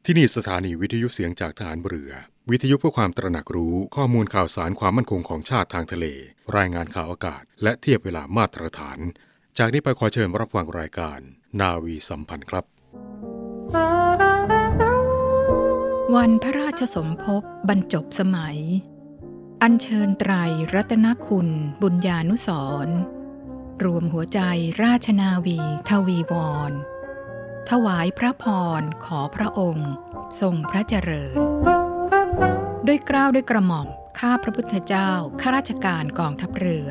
ที่นี่สถานีวิทยุเสียงจากทหารเรือวิทยุเพื่อความตระหนักรู้ข้อมูลข่าวสารความมั่นคงของชาติทางทะเลรายงานข่าวอากาศและเทียบเวลามาตรฐานจากนี้ไปขอเชิญรับฟังรายการนาวีสัมพันธ์ครับวันพระราชสมภพบรรจบสมัยอัญเชิญไตรรัตนคุณบุญญานุสรณ์รวมหัวใจราชนาวีทวีวรถวายพระพรขอพระองค์ทรงพระเจริญด้วยเกล้าด้วยกระหม่อมข้าพระพุทธเจ้าข้าราชการกองทัพเรือ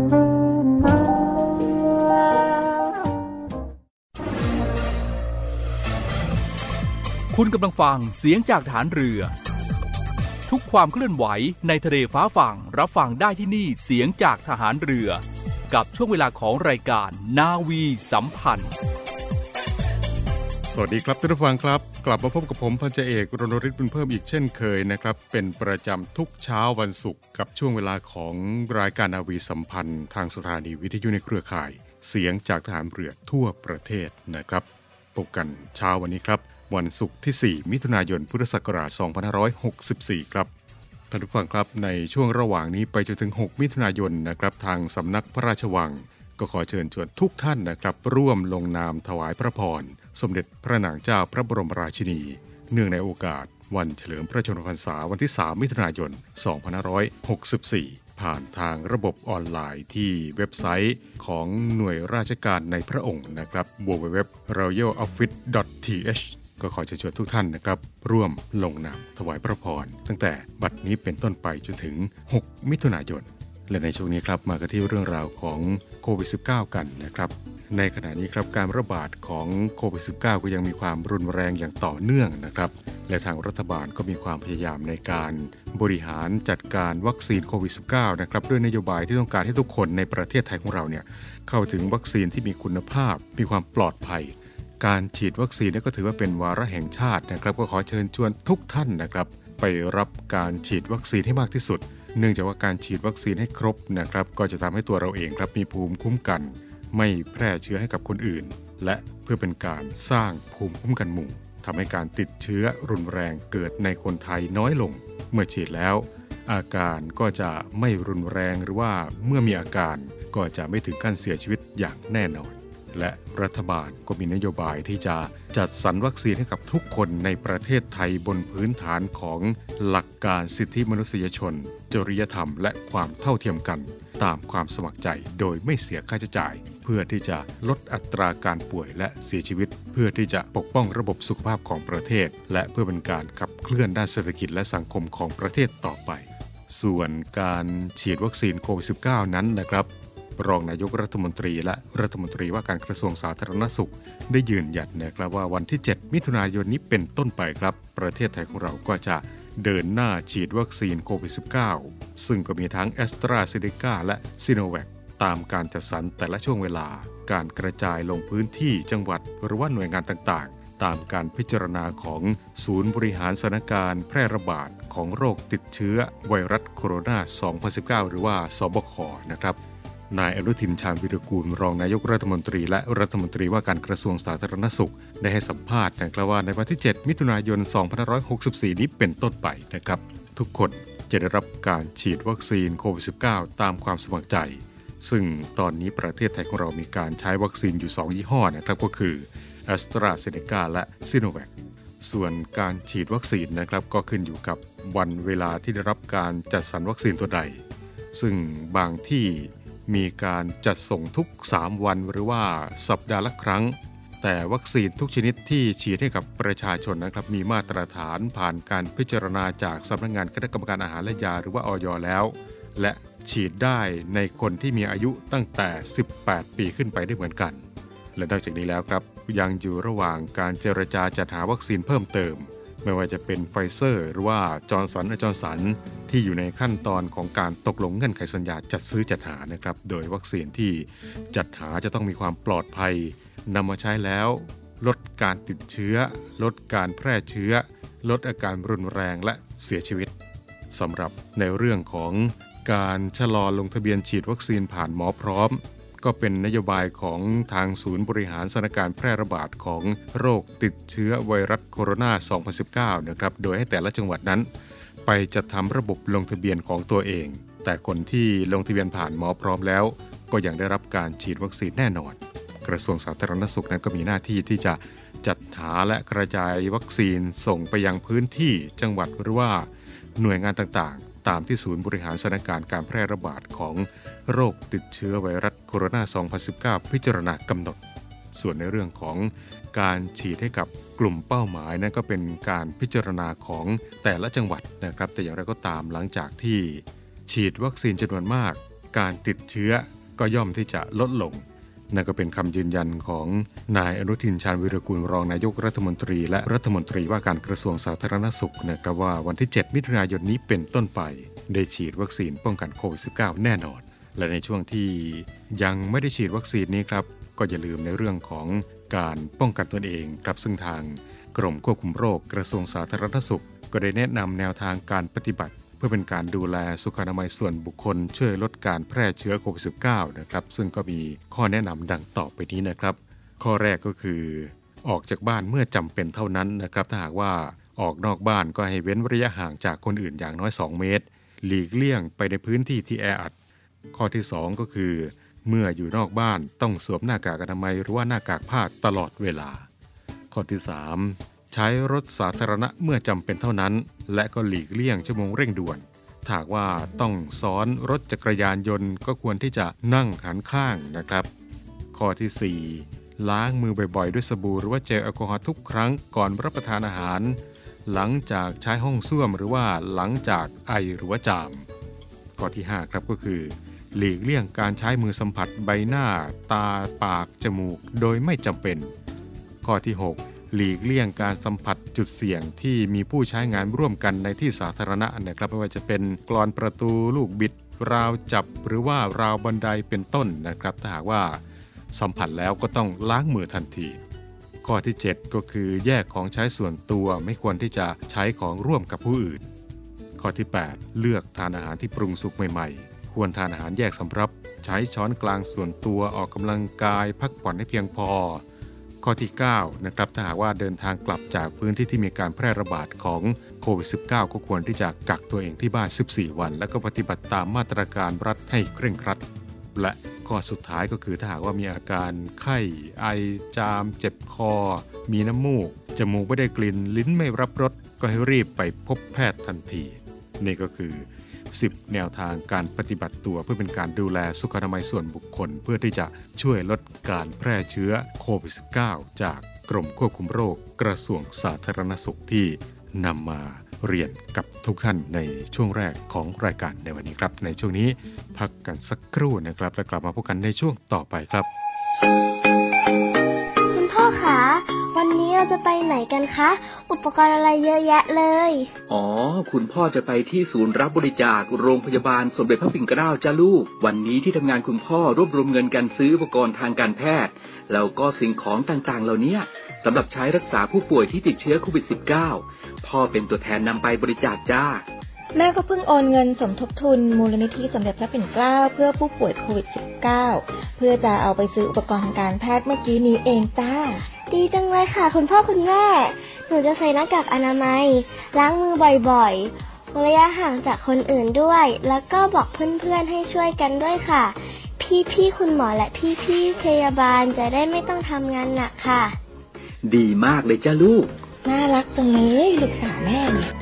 คุณกำลังฟังเสียงจากฐานเรือทุกความเคลื่อนไหวในทะเลฟ้าฝั่งรับฟังได้ที่นี่เสียงจากทหารเรือกับช่วงเวลาของรายการนาวีสัมพันธ์สวัสดีครับท่านผู้ฟังครับกลับมาพบกับผมพันจ่าเอกรณฤทธิ์บุญเพิ่มอีกเช่นเคยนะครับเป็นประจำทุกเช้าวันศุกร์กับช่วงเวลาของรายการนาวีสัมพันธ์ทางสถานีวิทยุในเครือข่ายเสียงจากทหารเรือทั่วประเทศนะครับพบกันเช้าวันนี้ครับวันศุกร์ที่4มิถุนายนพุทธศักราช2564ครับท่านผู้ฟังครับในช่วงระหว่างนี้ไปจนถึง6มิถุนายนนะครับทางสำนักพระราชวังก็ขอเชิญชวนทุกท่านนะครับร่วมลงนามถวายพระพรสมเด็จพระนางเจ้าพระบรมราชินีเนื่องในโอกาสวันเฉลิมพระชนมพรรษาวันที่3มิถุนายน2564ผ่านทางระบบออนไลน์ที่เว็บไซต์ของหน่วยราชการในพระองค์นะครับ www.royaloffice.th ก็ขอเชิญชวนทุกท่านนะครับร่วมลงนามถวายพระพรตั้งแต่บัดนี้เป็นต้นไปจนถึง6มิถุนายนและในช่วงนี้ครับมากันที่เรื่องราวของโควิด -19 กันนะครับในขณะนี้ครับการระบาดของโควิด -19 ก็ยังมีความรุนแรงอย่างต่อเนื่องนะครับและทางรัฐบาลก็มีความพยายามในการบริหารจัดการวัคซีนโควิด -19 นะครับด้วยนโยบายที่ต้องการให้ทุกคนในประเทศไทยของเราเนี่ยเข้าถึงวัคซีนที่มีคุณภาพมีความปลอดภัยการฉีดวัคซีนก็ถือว่าเป็นวาระแห่งชาตินะครับก็ขอเชิญชวนทุกท่านนะครับไปรับการฉีดวัคซีนให้มากที่สุดเนื่องจากว่าการฉีดวัคซีนให้ครบนะครับก็จะทำให้ตัวเราเองครับมีภูมิคุ้มกันไม่แพร่เชื้อให้กับคนอื่นและเพื่อเป็นการสร้างภูมิคุ้มกันหมู่ทำให้การติดเชื้อรุนแรงเกิดในคนไทยน้อยลงเมื่อฉีดแล้วอาการก็จะไม่รุนแรงหรือว่าเมื่อมีอาการก็จะไม่ถึงขั้นเสียชีวิตอย่างแน่นอนและรัฐบาลก็มีนโยบายที่จะจัดสรรวัคซีนให้กับทุกคนในประเทศไทยบนพื้นฐานของหลักการสิทธิมนุษยชนจริยธรรมและความเท่าเทียมกันตามความสมัครใจโดยไม่เสียค่าใช้จ่ายเพื่อที่จะลดอัตราการป่วยและเสียชีวิตเพื่อที่จะปกป้องระบบสุขภาพของประเทศและเพื่อเป็นการขับเคลื่อนด้านเศรษฐกิจและสังคมของประเทศต่อไปส่วนการฉีดวัคซีนโควิด -19 นั้นนะครับรองนายกรัฐมนตรีและรัฐมนตรีว่าการกระทรวงสาธารณสุขได้ยืนยันนะครับว่าวันที่7มิถุนายนนี้เป็นต้นไปครับประเทศไทยของเราก็จะเดินหน้าฉีดวัคซีนโควิด -19 ซึ่งก็มีทั้ง AstraZeneca และ Sinovac ตามการจัดสรรแต่ละช่วงเวลาการกระจายลงพื้นที่จังหวัดหรือว่าหน่วยงานต่างๆตามการพิจารณาของศูนย์บริหารสถานการณ์แพร่ระบาดของโรคติดเชื้อไวรัสโคโรนา 2019 หรือว่าสบคนะครับนายอนุทินชาญวิรากูลรองนายกรัฐมนตรีและรัฐมนตรีว่าการกระทรวงสาธารณสุขได้ให้สัมภาษณ์นะครับว่าในวันที่7มิถุนายน2564นี้เป็นต้นไปนะครับทุกคนจะได้รับการฉีดวัคซีนโควิด -19 ตามความสมัครใจซึ่งตอนนี้ประเทศไทยของเรามีการใช้วัคซีนอยู่2ยี่ห้อนะครับก็คือ AstraZeneca และ Sinovac ส่วนการฉีดวัคซีนนะครับก็ขึ้นอยู่กับวันเวลาที่ได้รับการจัดสรรวัคซีนตัวใดซึ่งบางที่มีการจัดส่งทุก3วันหรือว่าสัปดาห์ละครั้งแต่วัคซีนทุกชนิดที่ฉีดให้กับประชาชนนะครับมีมาตรฐานผ่านการพิจารณาจากสำนักงานคณะกรรมการอาหารและยาหรือว่า อย.แล้วและฉีดได้ในคนที่มีอายุตั้งแต่18ปีขึ้นไปได้เหมือนกันและนอกจากนี้แล้วครับยังอยู่ระหว่างการเจรจาจัดหาวัคซีนเพิ่มเติมไม่ว่าจะเป็นไฟเซอร์หรือว่าจอห์นสัน& จอห์นสันที่อยู่ในขั้นตอนของการตกลงเงื่อนไขสัญญาจัดซื้อจัดหานะครับโดยวัคซีนที่จัดหาจะต้องมีความปลอดภัยนำมาใช้แล้วลดการติดเชื้อลดการแพร่เชื้อลดอาการรุนแรงและเสียชีวิตสำหรับในเรื่องของการชะลอลงทะเบียนฉีดวัคซีนผ่านหมอพร้อมก็เป็นนโยบายของทางศูนย์บริหารสถานการณ์แพร่ระบาดของโรคติดเชื้อไวรัสโคโรนา 2019 นะครับโดยให้แต่ละจังหวัดนั้นไปจัดทำระบบลงทะเบียนของตัวเองแต่คนที่ลงทะเบียนผ่านหมอพร้อมแล้วก็ยังได้รับการฉีดวัคซีนแน่นอนกระทรวงสาธารณสุขนั้นก็มีหน้าที่ที่จะจัดหาและกระจายวัคซีนส่งไปยังพื้นที่จังหวัดหรือว่าหน่วยงานต่างๆตามที่ศูนย์บริหารสถานการณ์การแพร่ระบาดของโรคติดเชื้อไวรัสโคโรนา 2019 พิจารณากำหนดส่วนในเรื่องของการฉีดให้กับกลุ่มเป้าหมายนั้นก็เป็นการพิจารณาของแต่ละจังหวัดนะครับแต่อย่างไรก็ตามหลังจากที่ฉีดวัคซีนจำนวนมากการติดเชื้อก็ย่อมที่จะลดลงนั่นก็เป็นคำยืนยันของนายอนุทินชาญวิรากูลรองนายกรัฐมนตรีและรัฐมนตรีว่าการกระทรวงสาธารณสุขนะครับว่าวันที่ 7 มิถุนายนนี้เป็นต้นไปได้ฉีดวัคซีนป้องกันโควิด -19 แน่นอนและในช่วงที่ยังไม่ได้ฉีดวัคซีนนี้ครับก็อย่าลืมในเรื่องของการป้องกันตนเองครับซึ่งทางกรมควบคุมโรคกระทรวงสาธารณสุขก็ได้แนะนำแนวทางการปฏิบัติเพื่อเป็นการดูแลสุขอนามัยส่วนบุคคลช่วยลดการแพร่เชื้อโควิด -19 นะครับซึ่งก็มีข้อแนะนำดังต่อไปนี้นะครับข้อแรกก็คือออกจากบ้านเมื่อจำเป็นเท่านั้นนะครับถ้าหากว่าออกนอกบ้านก็ให้เว้นระยะห่างจากคนอื่นอย่างน้อย2 เมตรหลีกเลี่ยงไปในพื้นที่ที่แออัดข้อที่2ก็คือเมื่ออยู่นอกบ้านต้องสวมหน้ากากอนามัยหรือว่าหน้ากากผ้าตลอดเวลาข้อที่3ใช้รถสาธารณะเมื่อจำเป็นเท่านั้นและก็หลีกเลี่ยงชั่วโมงเร่งด่วนถ้าว่าต้องซ้อนรถจักรยานยนต์ก็ควรที่จะนั่งหันข้างนะครับข้อที่4ล้างมือบ่อยๆด้วยสบู่หรือว่าเจลแอลกอฮอล์ทุกครั้งก่อนรับประทานอาหารหลังจากใช้ห้องส้วมหรือว่าหลังจากไอหรือว่าจามข้อที่5ครับก็คือหลีกเลี่ยงการใช้มือสัมผัสใบหน้าตาปากจมูกโดยไม่จำเป็นข้อที่6หลีกเลี่ยงการสัมผัสจุดเสี่ยงที่มีผู้ใช้งานร่วมกันในที่สาธารณะนะครับไม่ว่าจะเป็นกลอนประตูลูกบิดราวจับหรือว่าราวบันไดเป็นต้นนะครับถ้าหากว่าสัมผัสแล้วก็ต้องล้างมือทันทีข้อที่7ก็คือแยกของใช้ส่วนตัวไม่ควรที่จะใช้ของร่วมกับผู้อื่นข้อที่8เลือกทานอาหารที่ปรุงสุกใหม่ๆควรทานอาหารแยกสำรับใช้ช้อนกลางส่วนตัวออกกำลังกายพักผ่อนให้เพียงพอข้อที่9นะครับถ้าหากว่าเดินทางกลับจากพื้นที่ที่มีการแพร่ระบาดของโควิด -19 ก็ควรที่จะกักตัวเองที่บ้าน14 วันแล้วก็ปฏิบัติตามมาตรการรัฐให้เคร่งครัดและข้อสุดท้ายก็คือถ้าหากว่ามีอาการไข้ไอจามเจ็บคอมีน้ำมูกจมูกไม่ได้กลิ่นลิ้นไม่รับรสก็ให้รีบไปพบแพทย์ทันทีนี่ก็คือ10 แนวทางการปฏิบัติตัวเพื่อเป็นการดูแลสุขอนามัยส่วนบุคคลเพื่อที่จะช่วยลดการแพร่เชื้อโควิด -19 จากกรมควบคุมโรคกระทรวงสาธารณสุขที่นำมาเรียนกับทุกท่านในช่วงแรกของรายการในวันนี้ครับในช่วงนี้พักกันสักครู่นะครับแล้วกลับมาพบกันในช่วงต่อไปครับคุณพ่อคะวันนี้เราจะไปไหนกันคะอุปกรณ์อะไรเยอะแยะเลยอ๋อคุณพ่อจะไปที่ศูนย์รับบริจาคโรงพยาบาลสมเด็จพระปิ่นเกล้าจ้าลูกวันนี้ที่ทำงานคุณพ่อรวบรวมเงินกันซื้ออุปกรณ์ทางการแพทย์แล้วก็สิ่งของต่างๆเหล่านี้สำหรับใช้รักษาผู้ป่วยที่ติดเชื้อโควิด -19 พ่อเป็นตัวแทนนำไปบริจาคจ้าแม่ก็เพิ่งโอนเงินสมทบทุนมูลนิธิสมเด็จพระปิ่นเกล้าเพื่อผู้ป่วยโควิด -19 เพื่อจะเอาไปซื้ออุปกรณ์ทางการแพทย์เมื่อกี้นี้เองจ้าดีจังเลยค่ะคุณพ่อคุณแม่หนูจะใส่หน้ากากอนามัยล้างมือบ่อยๆระยะห่างจากคนอื่นด้วยแล้วก็บอกเพื่อนๆให้ช่วยกันด้วยค่ะพี่ๆคุณหมอและพี่ๆพยาบาลจะได้ไม่ต้องทำงานหนักค่ะดีมากเลยจ้าลูกน่ารักจังเลยลูกสาวแม่เนี่ย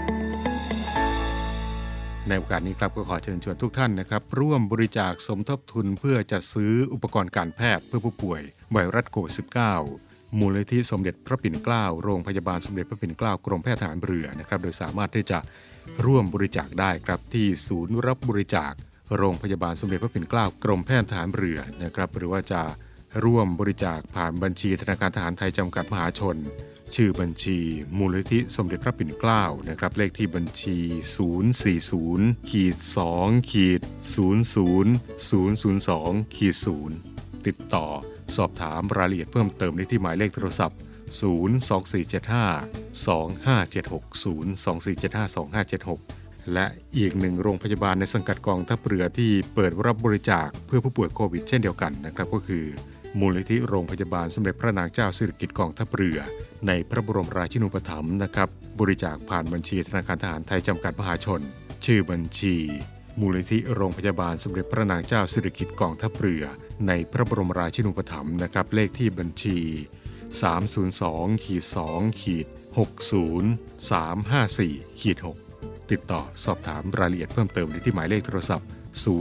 ในโอกาสนี้ครับก็ขอเชิญชวนทุกท่านนะครับร่วมบริจาคสมทบทุนเพื่อจัดซื้ออุปกรณ์การแพทย์เพื่อผู้ป่วยไวรัสโควิด -19 มูลนิธิสมเด็จพระปิ่นเกล้าโรงพยาบาลสมเด็จพระปิ่นเกล้ากรมแพทย์ทหารเรือนะครับโดยสามารถที่จะร่วมบริจาคได้ครับที่ศูนย์รับบริจาคโรงพยาบาลสมเด็จพระปิ่นเกล้ากรมแพทย์ทหารเรือนะครับหรือว่าจะร่วมบริจาคผ่านบัญชีธนาคารทหารไทยจำกัดมหาชนชื่อบัญชีมูลนิธิสมเด็จพระปิ่นเกล้านะครับเลขที่บัญชี 040-2-00002-0 ติดต่อสอบถามรายละเอียดเพิ่มเติมได้ที่หมายเลขโทรศัพท์ 024752576 024752576 และอีกหนึ่งโรงพยาบาลในสังกัดกองทัพเรือที่เปิดรับบริจาคเพื่อผู้ป่วยโควิดเช่นเดียวกันนะครับก็คือมูลนิธิโรงพยาบาลสมเด็จพระนางเจ้าสิริกิติ์กองทัพเรือในพระบรมราชินูปถัมภ์นะครับบริจาคผ่านบัญชีธนาคารทหารไทยจำกัดมหาชนชื่อบัญชีมูลนิธิโรงพยาบาลสมเด็จพระนางเจ้าสิริกิติ์กองทัพเรือในพระบรมราชินูปถัมภ์นะครับเลขที่บัญชี 302-2-60354-6 ติดต่อสอบถามรายละเอียดเพิ่มเติมได้ที่หมายเลขโทรศัพท์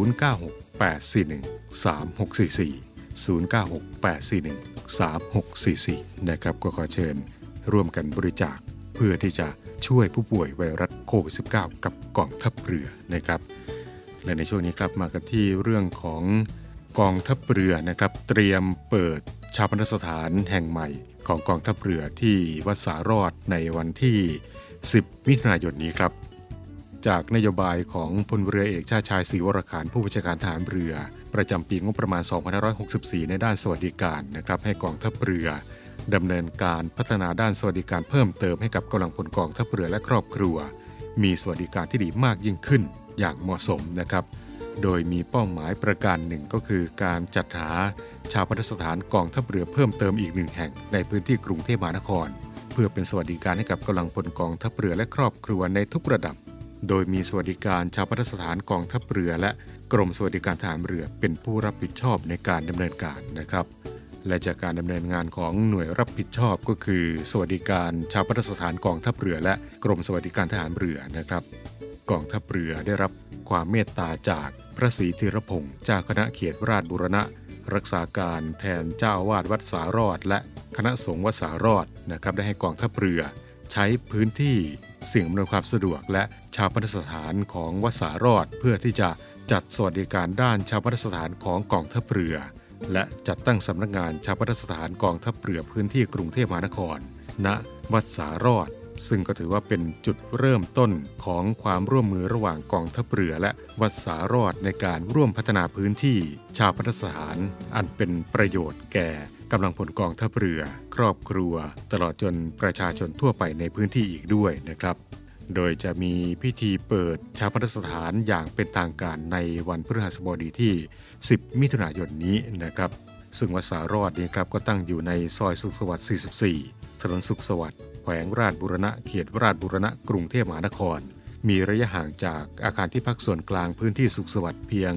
0968413644 นะครับก็ขอเชิญร่วมกันบริจาคเพื่อที่จะช่วยผู้ป่วยไวรัสโควิด -19 กับกองทัพเรือนะครับและในช่วงนี้ครับมากันที่เรื่องของกองทัพเรือนะครับเตรียมเปิดชาปนสถานแห่งใหม่ของกองทัพเรือที่วัดสารอดในวันที่10มิถุนายนนี้ครับจากนโยบายของพลเรือเอกชาติชายศรีวรขานผู้บัญชาการทหารเรือประจำปีงบประมาณ2564ในด้านสวัสดิการนะครับให้กองทัพเรือดำเนินการพัฒนาด้านสวัสดิการเพิ่มเติมให้กับกำลังพลกองทัพเรือและครอบครัวมีสวัสดิการที่ดีมากยิ่งขึ้นอย่างเหมาะสมนะครับโดยมีเป้าหมายประการหนึ่งก็คือการจัดหาชาปนสถานกองทัพเรือเพิ่มเติมอีก1แห่งในพื้นที่กรุงเทพมหานครเพื่อเป็นสวัสดิการให้กับกำลังพลกองทัพเรือและครอบครัวในทุกระดับโดยมีสวัสดิการชาปนสถานกองทัพเรือและกรมสวัสดิการทหารเรือเป็นผู้รับผิดชอบในการดำเนินการนะครับและจากการดำเนินงานของหน่วยรับผิดชอบก็คือสวัสดิการชาปนสถานกองทัพเรือและกรมสวัสดิการทหารเรือนะครับกองทัพเรือได้รับความเมตตาจากพระศรีธีรพงษ์เจ้าคณะเขตราชบูรณะรักษาการแทนเจ้าอาวาสวัดสารอดและคณะสงฆ์วัดสารอดนะครับได้ให้กองทัพเรือใช้พื้นที่สิ่งอำนวยความสะดวกและชาปนสถานของวัดสารอดเพื่อที่จะจัดสวัสดิการด้านชาปนสถานของกองทัพเรือและจัดตั้งสำนักงานชาปนสถานกองทัพเรือพื้นที่กรุงเทพมหานครณวัดสารอดซึ่งก็ถือว่าเป็นจุดเริ่มต้นของความร่วมมือระหว่างกองทัพเรือและวัดสารอดในการร่วมพัฒนาพื้นที่ชาปนสถานอันเป็นประโยชน์แก่กำลังพลกองทัพเรือครอบครัวตลอดจนประชาชนทั่วไปในพื้นที่อีกด้วยนะครับโดยจะมีพิธีเปิดชาปนสถานอย่างเป็นทางการในวันพฤหัสบดีที่10มิถุนายนนี้นะครับซึ่งวัดสารอดนี้ครับก็ตั้งอยู่ในซอยสุขสวัสดิ์44ถนนสุขสวัสดิ์แขวงราชบูรณะเขตราชบูรณะกรุงเทพมหานครมีระยะห่างจากอาคารที่พักส่วนกลางพื้นที่สุขสวัสดิ์เพียง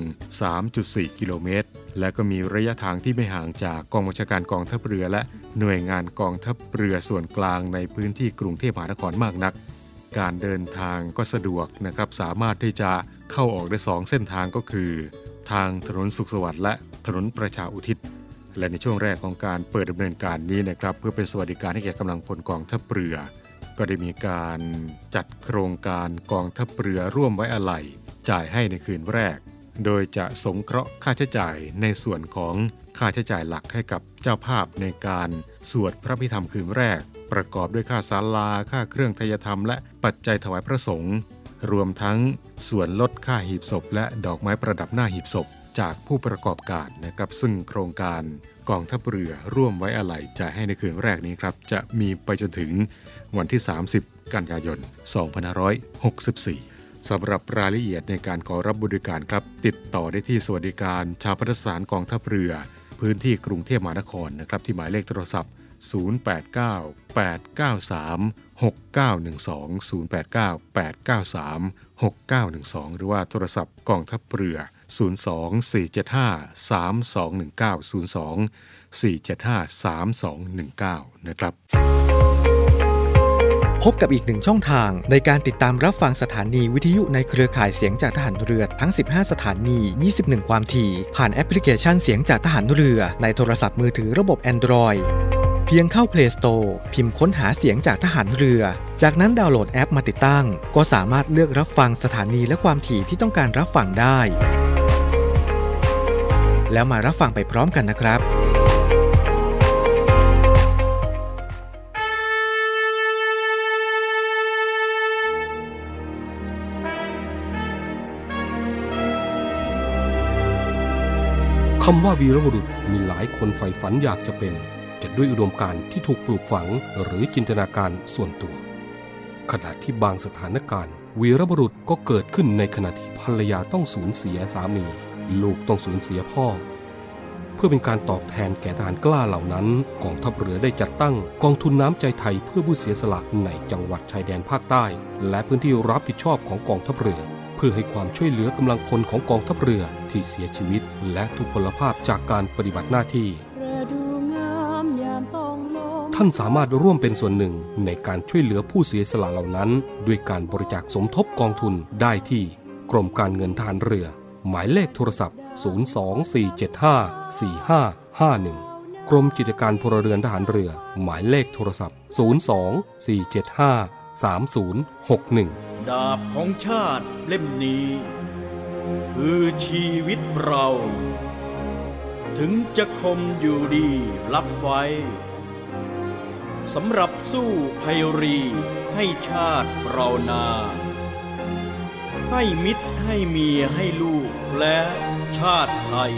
3.4 กิโลเมตรและก็มีระยะทางที่ไม่ห่างจากกองบัญชาการกองทัพเรือและหน่วยงานกองทัพเรือส่วนกลางในพื้นที่กรุงเทพมหานครมากนักการเดินทางก็สะดวกนะครับสามารถที่จะเข้าออกได้2เส้นทางก็คือทางถนนสุขสวัสดิ์และถนนประชาอุทิศและในช่วงแรกของการเปิดดำเนินการนี้นะครับเพื่อเป็นสวัสดิการให้แก่กำลังพลกองทัพเรือก็ได้มีการจัดโครงการกองทัพเรือร่วมไว้อาลัยจ่ายให้ในคืนแรกโดยจะสงเคราะห์ค่าใช้จ่ายในส่วนของค่าใช้จ่ายหลักให้กับเจ้าภาพในการสวดพระพิธรรมคืนแรกประกอบด้วยค่าศาลาค่าเครื่องไทยธรรมและปัจจัยถวายพระสงฆ์รวมทั้งส่วนลดค่าหีบศพและดอกไม้ประดับหน้าหีบศพจากผู้ประกอบการนะครับซึ่งโครงการกองทัพเรือร่วมไว้อาลัยจ่ายให้ในคืนแรกนี้ครับจะมีไปจนถึงวันที่30กันยายน2564สำหรับรายละเอียดในการขอรับบริการครับติดต่อได้ที่สวัสดิการชาปนสถานกองทัพเรือพื้นที่กรุงเทพมหานครนะครับที่หมายเลขโทรศัพท์089-893-6912 089-893-6912 หรือว่าโทรศัพท์กองทัพเรือ02-475-3219 นะครับพบกับอีกหนึ่งช่องทางในการติดตามรับฟังสถานีวิทยุในเครือข่ายเสียงจากทหารเรือทั้ง15สถานี21ความถี่ผ่านแอปพลิเคชันเสียงจากทหารเรือในโทรศัพท์มือถือระบบ Android เพียงเข้า Play Store พิมพ์ค้นหาเสียงจากทหารเรือจากนั้นดาวน์โหลดแอปมาติดตั้งก็สามารถเลือกรับฟังสถานีและความถี่ที่ต้องการรับฟังได้แล้วมารับฟังไปพร้อมกันนะครับคำว่าวีรบุรุษมีหลายคนใฝ่ฝันอยากจะเป็นจะด้วยอุดมการณ์ที่ถูกปลูกฝังหรือจินตนาการส่วนตัวขณะที่บางสถานการณ์วีรบุรุษก็เกิดขึ้นในขณะที่ภรรยาต้องสูญเสียสามีลูกต้องสูญเสียพ่อเพื่อเป็นการตอบแทนแก่ทหารกล้าเหล่านั้นกองทัพเรือได้จัดตั้งกองทุนน้ำใจไทยเพื่อผู้เสียสละในจังหวัดชายแดนภาคใต้และพื้นที่รับผิดชอบของกองทัพเรือเพื่อให้ความช่วยเหลือกำลังพลของกองทัพเรือที่เสียชีวิตและทุพพลภาพจากการปฏิบัติหน้าที่ท่านสามารถร่วมเป็นส่วนหนึ่งในการช่วยเหลือผู้เสียสละเหล่านั้นด้วยการบริจาคสมทบกองทุนได้ที่กรมการเงินทหารเรือหมายเลขโทรศัพท์024754551กรมกิจการพลเรือนทหารเรือหมายเลขโทรศัพท์024753061 ดาบของชาติเล่มนี้คือชีวิตเราถึงจะคมอยู่ดีรับไว้สำหรับสู้ภัยรีให้ชาติเรานาให้มิตรให้เมียให้ลูกและชาติไทย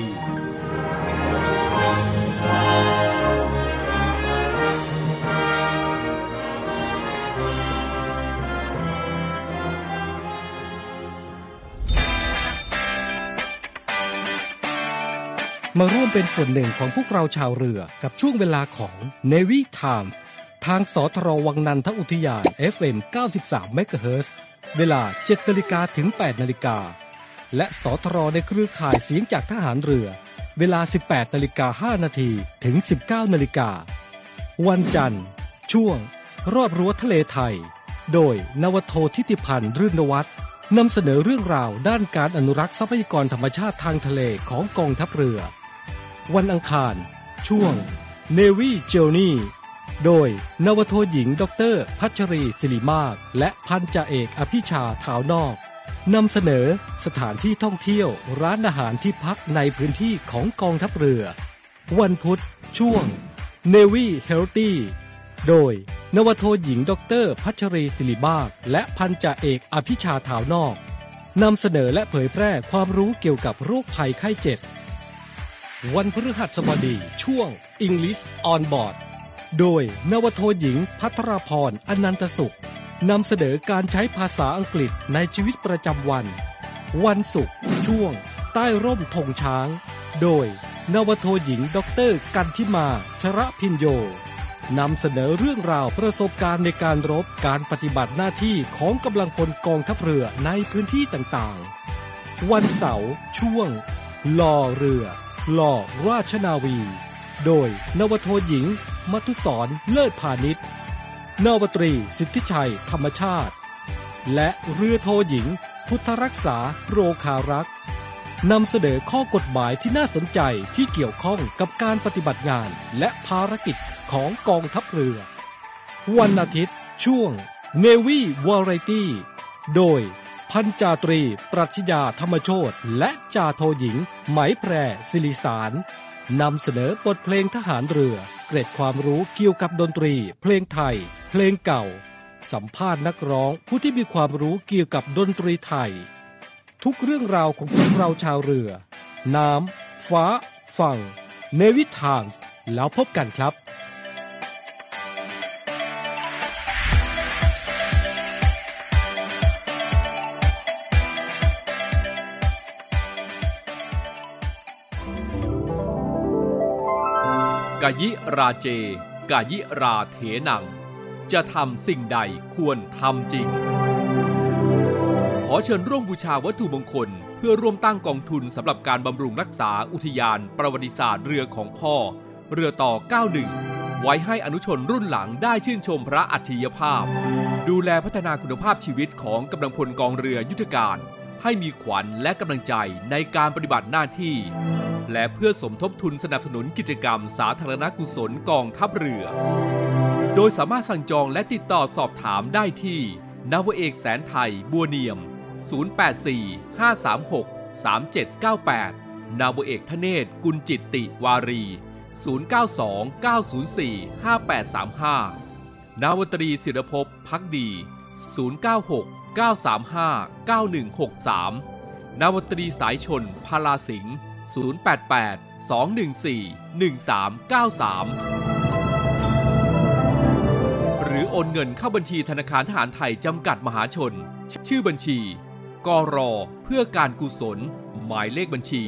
มาร่วมเป็นส่วนหนึ่งของพวกเราชาวเรือกับช่วงเวลาของ Navy Time ทางสทรวังนันทอุทยาน FM 93 MHz เวลา 7 นาฬิกาถึง 8 นาฬิกาและสทรในเครือข่ายเสียงจากทหารเรือเวลา 18 นาฬิกา 5 นาทีถึง 19 นาฬิกาวันจันทร์ช่วงรอบรั้วทะเลไทยโดยนวโททิติพันธ์รื่นวัฒน์นำเสนอเรื่องราวด้านการอนุรักษ์ทรัพยากรธรรมชาติทางทะเลของกองทัพเรือวันอังคารช่วง Navy Journey โดยนวโทหญิงดร.พัชรีศิริมากและพันจ่าเอกอภิชาขาวนอกนำเสนอสถานที่ท่องเที่ยวร้านอาหารที่พักในพื้นที่ของกองทัพเรือวันพุธช่วง Navy Healthy โดยนวโทหญิงดร.พัชรีศิริมากและพันจ่าเอกอภิชาขาวนอกนำเสนอและเผยแพร่ความรู้เกี่ยวกับโรคภัยไข้เจ็บวันพฤหัสบดีช่วง English on Board โดยนวโทหญิงภัทราพรอนันตสุขนำเสนอการใช้ภาษาอังกฤษในชีวิตประจำวันวันศุกร์ช่วงใต้ร่มธงช้างโดยนวโทหญิงดร.กันทิมาชระพินโยนำเสนอเรื่องราวประสบการณ์ในการรบการปฏิบัติหน้าที่ของกำลังพลกองทัพเรือในพื้นที่ต่างๆวันเสาร์ช่วงลอเรือลอราชนาวีโดยนวโทหญิงมัทุศรเลิศพาณิชย์นาวตรีสิทธิชัยธรรมชาติและเรือโทหญิงพุทธรักษาโรคารักษ์นำเสนอข้อกฎหมายที่น่าสนใจที่เกี่ยวข้องกับการปฏิบัติงานและภารกิจของกองทัพเรือวันอาทิตย์ช่วง Navy Variety โดยพันจ่าตรีปรัชญาธรรมโชติและจ่าโทหญิงไหมแพรศิริสารนำเสนอบทเพลงทหารเรือเกร็ดความรู้เกี่ยวกับดนตรีเพลงไทยเพลงเก่าสัมภาษณ์นักร้องผู้ที่มีความรู้เกี่ยวกับดนตรีไทยทุกเรื่องราวของพวกเราชาวเรือน้ำฟ้าฝั่งเนวิทามแล้วพบกันครับกายิราเจกายิราเถนังจะทำสิ่งใดควรทำจริงขอเชิญร่วมบูชาวัตถุมงคลเพื่อร่วมตั้งกองทุนสำหรับการบำรุงรักษาอุทยานประวัติศาสตร์เรือของพ่อเรือต่อ 91ไว้ให้อนุชนรุ่นหลังได้ชื่นชมพระอัจฉริยภาพดูแลพัฒนาคุณภาพชีวิตของกำลังพลกองเรือยุทธการให้มีขวัญและกำลังใจในการปฏิบัติหน้าที่และเพื่อสมทบทุนสนับสนุนกิจกรรมสาธารณกุศลกองทัพเรือโดยสามารถสั่งจองและติดต่อสอบถามได้ที่นาวาเอกแสนไทยบัวเนียม0845363798นาวาเอกธเนศกุลจิตติวารี0929045835นาวาตรีศิรภพภักดี0969359163นาวาตรีสายชนพาลาสิงห์088-214-1393หรือรือโอนเงินเข้าบัญชีธนาคารทหารไทยจำกัดมหาชนชื่อบัญชีกรเพื่อการกุศลหมายเลขบัญชี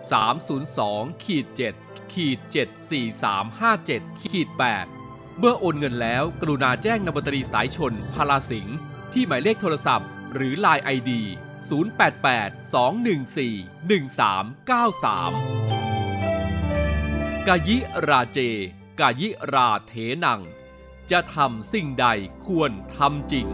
302-7-74357-8 เมื่อโอนเงินแล้วกรุณาแจ้งนำบัตรีสายชนพลาสิงห์ที่หมายเลขโทรศัพท์หรือ LINE ID 0882141393 กายิราเจกายิราเถนังจะทำสิ่งใดควรทำจริง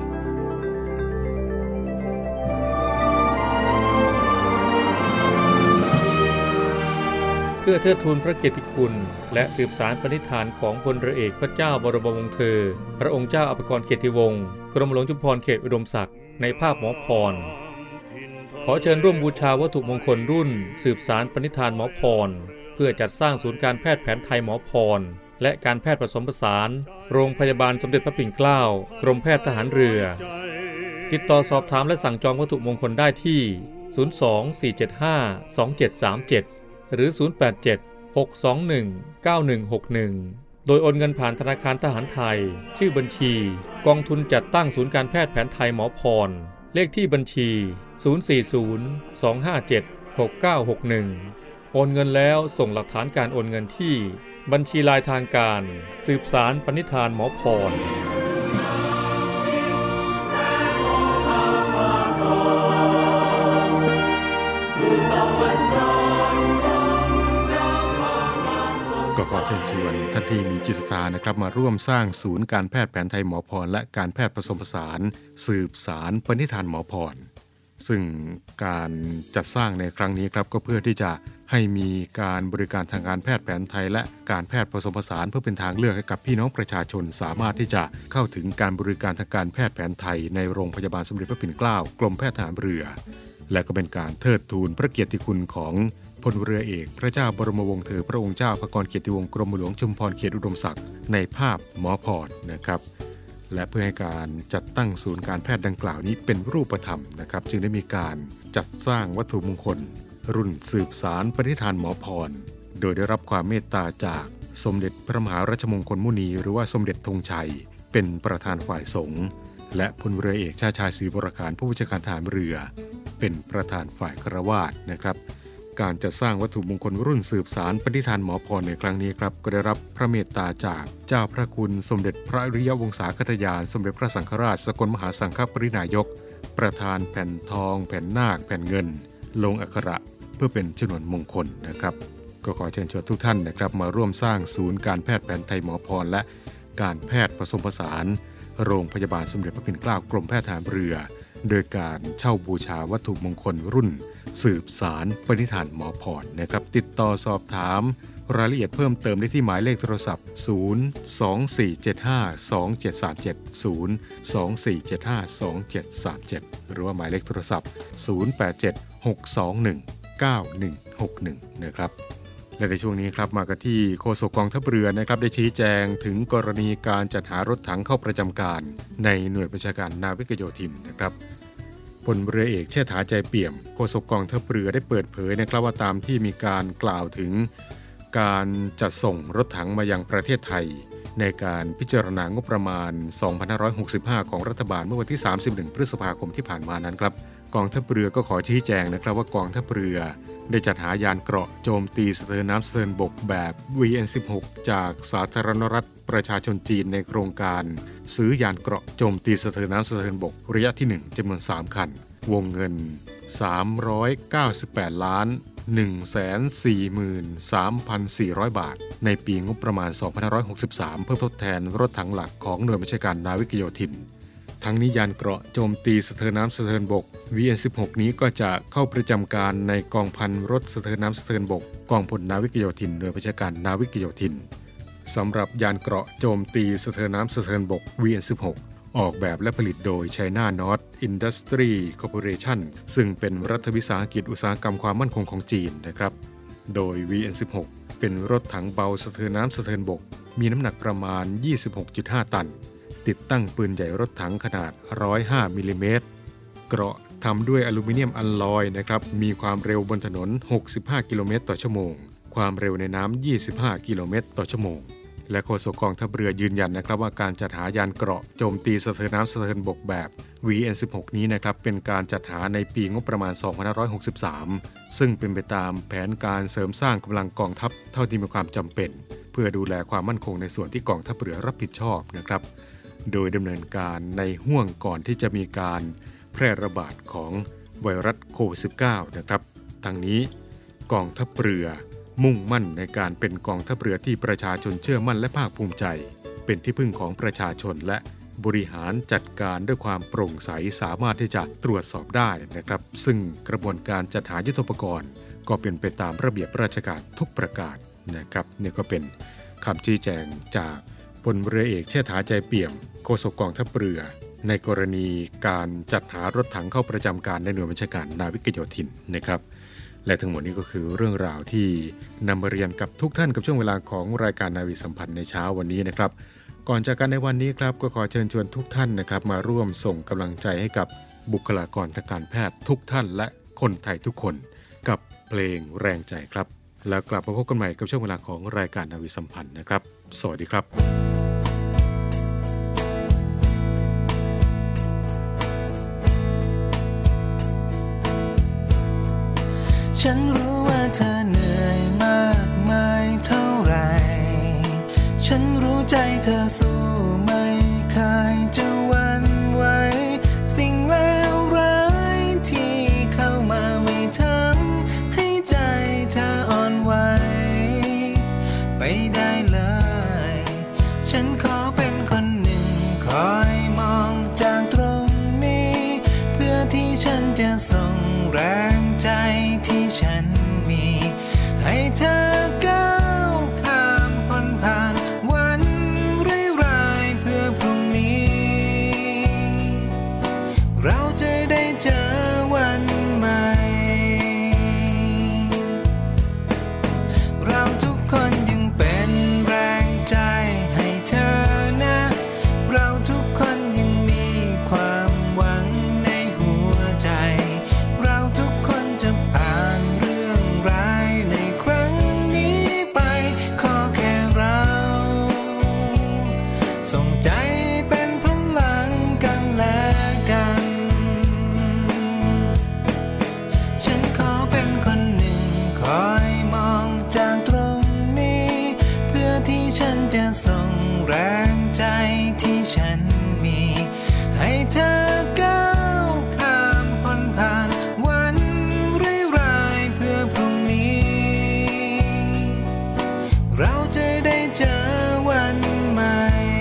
เพื่อเทิดทูนพระเกียรติคุณและสืบสานปณิธานของพลเรือเอกพระเจ้าบรมวงศ์เธอพระองค์เจ้าอภากรเกียรติวงศ์กรมหลวงชุมพรเขตอุดมศักดิ์ในภาพหมอพรขอเชิญร่วมบูชาวัตถุมงคลรุ่นสืบสานปณิธานหมอพรเพื่อจัดสร้างศูนย์การแพทย์แผนไทยหมอพรและการแพทย์ผสมผสานโรงพยาบาลสมเด็จพระปิ่นเกล้ากรมแพทย์ทหารเรือติดต่อสอบถามและสั่งจองวัตถุมงคลได้ที่024752737หรือ087-621-9161โดยโอนเงินผ่านธนาคารทหารไทยชื่อบัญชีกองทุนจัดตั้งศูนย์การแพทย์แผนไทยหมอพรเลขที่บัญชี040-257-6961โอนเงินแล้วส่งหลักฐานการโอนเงินที่บัญชีลายทางการสืบสารปณิธานหมอพรก็ขอเชิญชวนท่านที่มีจิตศรัทธานะครับมาร่วมสร้างศูนย์การแพทย์แผนไทยหมอพรและการแพทย์ผสมผสานสืบสารปณิธานหมอพรซึ่งการจัดสร้างในครั้งนี้ครับก็เพื่อที่จะให้มีการบริการทางการแพทย์แผนไทยและการแพทย์ผสมผสานเพื่อเป็นทางเลือกให้กับพี่น้องประชาชนสามารถที่จะเข้าถึงการบริการทางการแพทย์แผนไทยในโรงพยาบาลสมเด็จพระปิ่นเกล้ากรมแพทย์ทหารเรือและก็เป็นการเทิดทูนพระเกียรติคุณของพลเรือเอกพระเจ้าบรมวงศ์เธอพระองค์เจ้าอภากรเกียรติวงศ์กรมหลวงชุมพรเขตอุดมศักดิ์ในภาพหมอพรนะครับและเพื่อให้การจัดตั้งศูนย์การแพทย์ดังกล่าวนี้เป็นรูปธรรมนะครับจึงได้มีการจัดสร้างวัตถุมงคลรุ่นสืบสารปณิธานหมอพรโดยได้รับความเมตตาจากสมเด็จพระมหาราชมงคลมุนีหรือว่าสมเด็จธงชัยเป็นประธานฝ่ายสงฆ์และพลเรือเอกชาติชายศรีวรการผู้บัญชาการทหารเรือเป็นประธานฝ่ายฆราวาสนะครับการจัดสร้างวัตถุมงคลรุ่นสืบสารปณิธานหมอพรในครั้งนี้ครับก็ได้รับพระเมตตาจากเจ้าพระคุณสมเด็จพระอริยวงศาคทายานสมเด็จพระสังฆราชสกลมหาสังฆปรินายกประธานแผ่นทองแผ่นนาคแผ่นเงินลงอักขระเพื่อเป็นชนวนมงคลนะครับก็ขอเชิญชวนทุกท่านนะครับมาร่วมสร้างศูนย์การแพทย์แผนไทยหมอพรและการแพทย์ผสมผสานโรงพยาบาลสมเด็จพระปิ่นเกล้ากรมแพทย์ทหารเรือโดยการเช่าบูชาวัตถุมงคลรุ่นสืบสารปณิธานหมอพรนะครับติดต่อสอบถามรายละเอียดเพิ่มเติมได้ที่หมายเลขโทรศัพท์024752737 หรือว่าหมายเลขโทรศัพท์0876219161นะครับและในช่วงนี้ครับมากันที่โฆษกกองทัพเรือนะครับได้ชี้แจงถึงกรณีการจัดหารถถังเข้าประจำการในหน่วยบัญชาการนาวิกโยธินนะครับพลเรือเอกเชษฐาใจเปี่ยมโฆษกกองทัพเรือได้เปิดเผยนะครับว่าตามที่มีการกล่าวถึงการจัดส่งรถถังมายังประเทศไทยในการพิจารณางบประมาณ 2565 ของรัฐบาลเมื่อวันที่ 31 พฤษภาคมที่ผ่านมานั้นครับกองทัพเรือก็ขอชี้แจงนะครับว่ากองทัพเรือได้จัดหายานเกราะโจมตีสะเทินน้ำสะเทินบกแบบ VN16 จากสาธารณรัฐประชาชนจีนในโครงการซื้อยานเกราะโจมตีสะเทินน้ำสะเทินบกระยะที่ 1 จำนวน 3 คันวงเงิน 398,143,400 บาทในปีงบประมาณ 2563 เพื่อทดแทนรถถังหลักของหน่วยบัญชาการนาวิกโยธินทั้งนี้ยานเกราะโจมตีสะเทินน้ำสะเทินบก VN16 นี้ก็จะเข้าประจำการในกองพันรถสะเทินน้ำสะเทินบกกองพลนาวิกโยธินหน่วยบัญชาการนาวิกโยธินสำหรับยานเกราะโจมตีสะเทินน้ำสะเทินบก VN16 ออกแบบและผลิตโดย China North Industry Corporation ซึ่งเป็นรัฐวิสาหกิจอุตสาหกรรมความมั่นคงของจีนนะครับโดย VN16 เป็นรถถังเบาสะเทินน้ำสะเทินบกมีน้ำหนักประมาณ 26.5 ตันติดตั้งปืนใหญ่รถถังขนาด 105 มิลลิเมตรเกราะทำด้วยอลูมิเนียมอัลลอยนะครับมีความเร็วบนถนน 65 กิโลเมตรต่อชั่วโมงความเร็วในน้ำ 25 กิโลเมตรต่อชั่วโมงและโฆษกกองทัพเรือยืนยันนะครับว่าการจัดหายานเกราะโจมตีสะเทินน้ำสะเทินบกแบบ VN16 นี้นะครับเป็นการจัดหาในปีงบประมาณ 2563 ซึ่งเป็นไปตามแผนการเสริมสร้างกำลังกองทัพเท่าที่มีความจำเป็นเพื่อดูแลความมั่นคงในส่วนที่กองทัพเรือรับผิดชอบนะครับโดยดำเนินการในห่วงก่อนที่จะมีการแพร่ระบาดของไวรัสโควิด -19 นะครับทั้งนี้กองทัพเรือมุ่งมั่นในการเป็นกองทัพเรือที่ประชาชนเชื่อมั่นและภาคภูมิใจเป็นที่พึ่งของประชาชนและบริหารจัดการด้วยความโปร่งใสสามารถที่จะตรวจสอบได้นะครับซึ่งกระบวนการจัดหายุทโธปกรณ์ก็เป็นไปตามระเบียบราชการทุกประการนะครับนี่ก็เป็นคำชี้แจงจากพลเรือเอกเชษฐาใจเปี่ยมโฆษกกองทัพเรือในกรณีการจัดหารถถังเข้าประจำการในหน่วยบัญชาการนาวิกโยธินนะครับและทั้งหมดนี้ก็คือเรื่องราวที่นำมาเรียนกับทุกท่านกับช่วงเวลาของรายการนาวีสัมพันธ์ในเช้าวันนี้นะครับก่อนจากกันในวันนี้ครับก็ขอเชิญชวนทุกท่านนะครับมาร่วมส่งกำลังใจให้กับบุคลากรทางการแพทย์ทุกท่านและคนไทยทุกคนกับเพลงแรงใจครับแล้วกลับมาพบกันใหม่กับช่วงเวลาของรายการนาวีสัมพันธ์นะครับสวัสดีครับฉันรู้ว่าเธอเหนื่อยมากมายเท่าไรฉันรู้ใจเธอสู้ไม่เคยจะหวั่นไหวสิ่งเลวร้ายที่เข้ามาไม่ทำให้ใจเธออ่อนไหวไปได้เลยฉันขอเป็นคนหนึ่งคอยมองจากตรงนี้เพื่อที่ฉันจะส่งแรงใจที่ฉันมีให้เธอก้าวข้ามพ้นผ่านวันร้ายๆเพื่อพรุ่งนี้เราจะได้เจอวันใหม่เราทุกคนยังเป็นแรงใจให้เธอนะเราทุกคนยังมีความหวังในหัวใจเราทุกคนจะผ่านเรื่องร้ายในครั้งนี้ไปขอแค่เราส่งใจเป็นพลังกันและกันฉันขอเป็นคนหนึ่งคอยมองจากตรงนี้เพื่อที่ฉันจะส่งแรงใจที่ฉันมีให้เธอก้าวข้ามพ้นผ่านวันร้ายๆเพื่อพรุ่งนี้เราจะได้เจอวันใหม่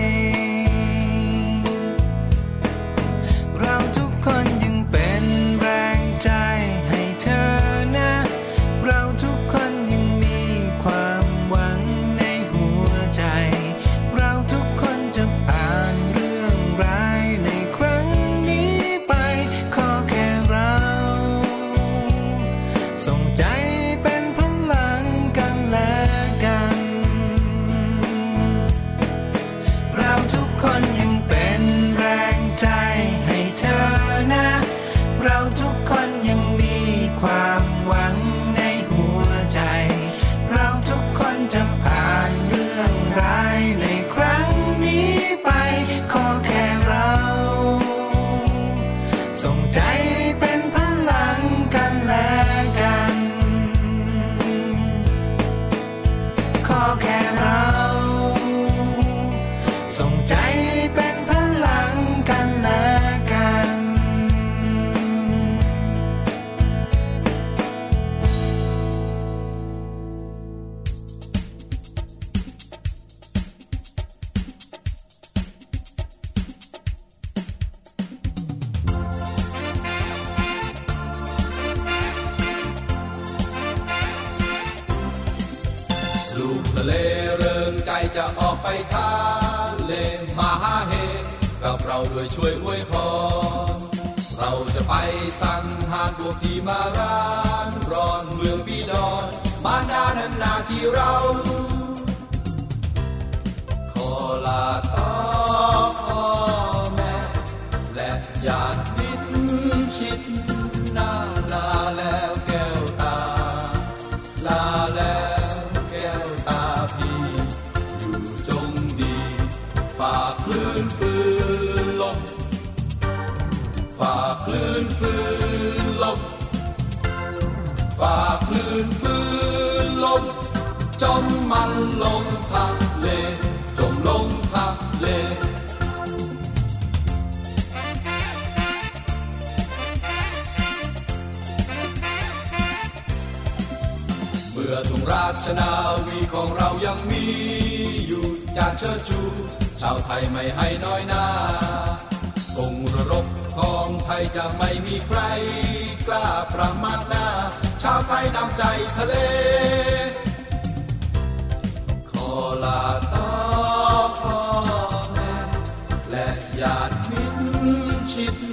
เราทุกคนยังเป็นแรงใจให้เธอนะเราทุกคนยังมีความหวังในหัวใจเราทุกคนจะผ่านเรื่องร้ายในครั้งนี้ไปขอแค่เราส่งใจเป็นพลังกันและกันเราทุกคนยังเป็นแรงใจให้เธอนะเราทุกคนยังมีความหวังในหัวใจเราทุกคนจะผ่านเรื่องร้ายในครั้งนี้ไปขอแค่เราส่งใจเป็นพลังกันและกันขอแค่เราส่งใจเป็นพลังกันและกันลูกทะเลเริงใจจะออกไปทะเลมหาเฮกับเราด้วยช่วยอวยพรเราจะไปสั่งหาพวกที่มาร้านร้อนเมืองบีดอนมารดานั้นนาที่เราขอลาต่อพ่อแม่และญาติมิตรชิดหน้าลาแล้วแก้วตาลาแล้วแก้วตาพี่อยู่จงฝ่าคลื่นฝืนลมฝ่าคลื่นฝืนลมจมมันลงทะเลจมลงทะเลเมื่อทุ่งราชนาวีของเรายังมีอยู่จะเชิดชูชาวไทยไม่ให้น้อยหน้าธงระรบของไทยจะไม่มีใครกล้าประมาทหน้าชาวไทยนำใจทะเลขอลาต่อพ่อแม่และญาติมิตรชิด